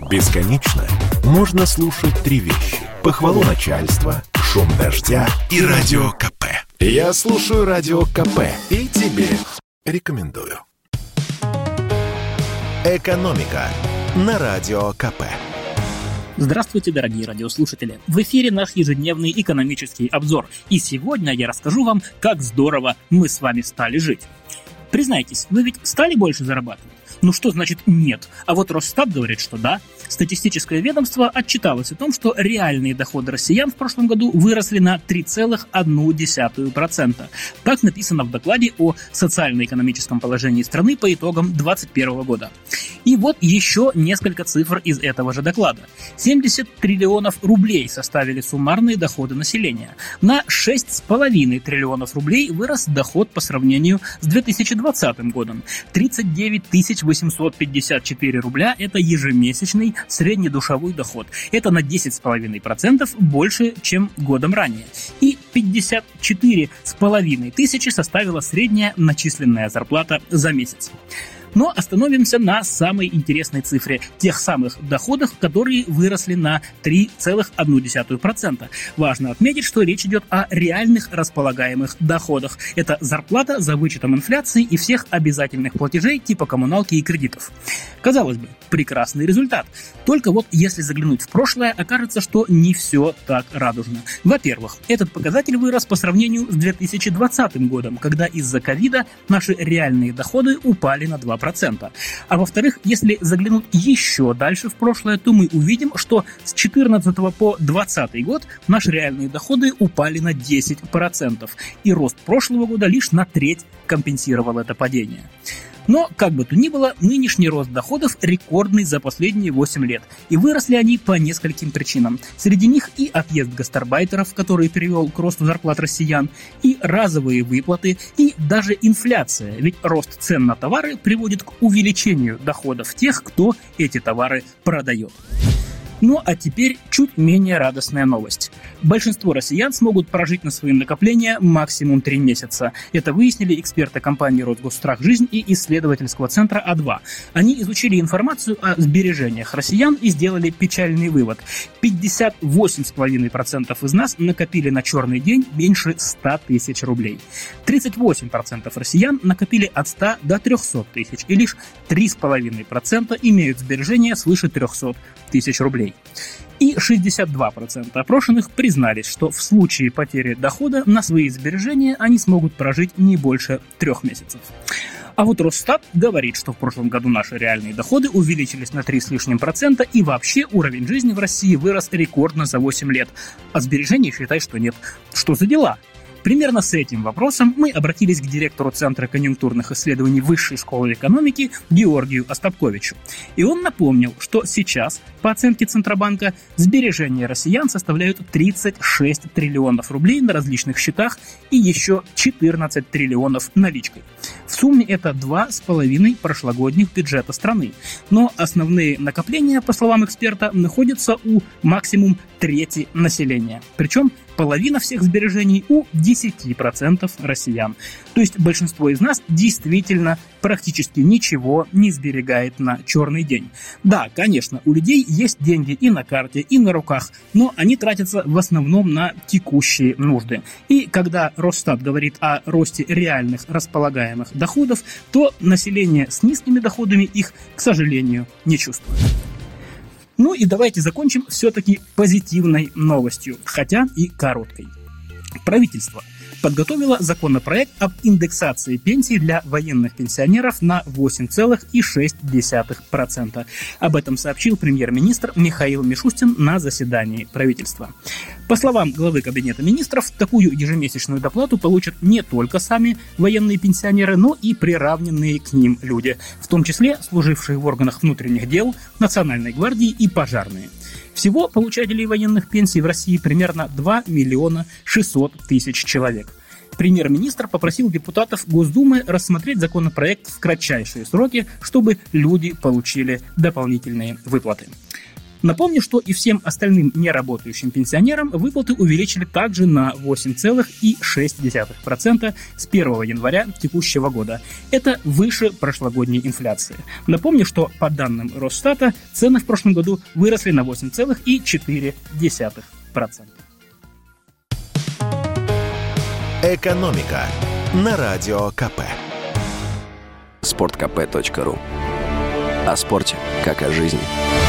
Бесконечно можно слушать три вещи: похвалу начальства, шум дождя и радио КП. Я слушаю радио КП и тебе рекомендую. «Экономика» на радио КП. Здравствуйте, дорогие радиослушатели! В эфире наш ежедневный экономический обзор. И сегодня я расскажу вам, как здорово мы с вами стали жить. Признайтесь, вы ведь стали больше зарабатывать? Ну что значит нет? А вот Росстат говорит, что да. Статистическое ведомство отчиталось о том, что реальные доходы россиян в прошлом году выросли на 3,1%. Так написано в докладе о социально-экономическом положении страны по итогам 2021 года. И вот еще несколько цифр из этого же доклада. 70 триллионов рублей составили суммарные доходы населения. На 6,5 триллионов рублей вырос доход по сравнению с 2020 годом. 39 854 рубля – это ежемесячный среднедушевой доход. Это на 10,5% больше, чем годом ранее. И 54,5 тысячи составила средняя начисленная зарплата за месяц. Но остановимся на самой интересной цифре – тех самых доходах, которые выросли на 3,1%. Важно отметить, что речь идет о реальных располагаемых доходах. Это зарплата за вычетом инфляции и всех обязательных платежей типа коммуналки и кредитов. Казалось бы, прекрасный результат. Только вот если заглянуть в прошлое, окажется, что не все так радужно. Во-первых, этот показатель вырос по сравнению с 2020 годом, когда из-за ковида наши реальные доходы упали на 2%. А во-вторых, если заглянуть еще дальше в прошлое, то мы увидим, что с 2014 по 2020 год наши реальные доходы упали на 10%. И рост прошлого года лишь на треть компенсировал это падение. Но, как бы то ни было, нынешний рост доходов рекордный за последние 8 лет. И выросли они по нескольким причинам. Среди них и отъезд гастарбайтеров, который привел к росту зарплат россиян, и разовые выплаты, и даже инфляция. Ведь рост цен на товары приводит к увеличению доходов тех, кто эти товары продает. Ну а теперь чуть менее радостная новость. Большинство россиян смогут прожить на свои накопления максимум 3 месяца. Это выяснили эксперты компании «Росгосстрах Жизнь» и исследовательского центра А2. Они изучили информацию о сбережениях россиян и сделали печальный вывод. 58,5% из нас накопили на черный день меньше 100 тысяч рублей. 38% россиян накопили от 100 до 300 тысяч. И лишь 3,5% имеют сбережения свыше 300 тысяч рублей. И 62% опрошенных признались, что в случае потери дохода на свои сбережения они смогут прожить не больше 3 месяцев. А вот Росстат говорит, что в прошлом году наши реальные доходы увеличились на 3 с лишним процента, и вообще уровень жизни в России вырос рекордно за 8 лет. А сбережений, считай, что нет. Что за дела? Примерно с этим вопросом мы обратились к директору Центра конъюнктурных исследований Высшей школы экономики Георгию Остапковичу. И он напомнил, что сейчас, по оценке Центробанка, сбережения россиян составляют 36 триллионов рублей на различных счетах и еще 14 триллионов наличкой. В сумме это 2,5 прошлогодних бюджета страны. Но основные накопления, по словам эксперта, находятся у максимум трети населения. Причем половина всех сбережений у 10% россиян. То есть большинство из нас действительно практически ничего не сберегает на черный день. Да, конечно, у людей есть деньги и на карте, и на руках, но они тратятся в основном на текущие нужды. И когда Росстат говорит о росте реальных располагаемых доходов, то население с низкими доходами их, к сожалению, не чувствует. Ну и давайте закончим все-таки позитивной новостью, хотя и короткой. Правительство подготовило законопроект об индексации пенсий для военных пенсионеров на 8,6%. Об этом сообщил премьер-министр Михаил Мишустин на заседании правительства. По словам главы Кабинета министров, такую ежемесячную доплату получат не только сами военные пенсионеры, но и приравненные к ним люди, в том числе служившие в органах внутренних дел, Национальной гвардии и пожарные. Всего получателей военных пенсий в России примерно 2 600 000 человек. Премьер-министр попросил депутатов Госдумы рассмотреть законопроект в кратчайшие сроки, чтобы люди получили дополнительные выплаты. Напомню, что и всем остальным неработающим пенсионерам выплаты увеличили также на 8,6% с 1 января текущего года. Это выше прошлогодней инфляции. Напомню, что по данным Росстата цены в прошлом году выросли на 8,4%. «Экономика» на Радио КП. Sportkp.ru. О спорте, как о жизни.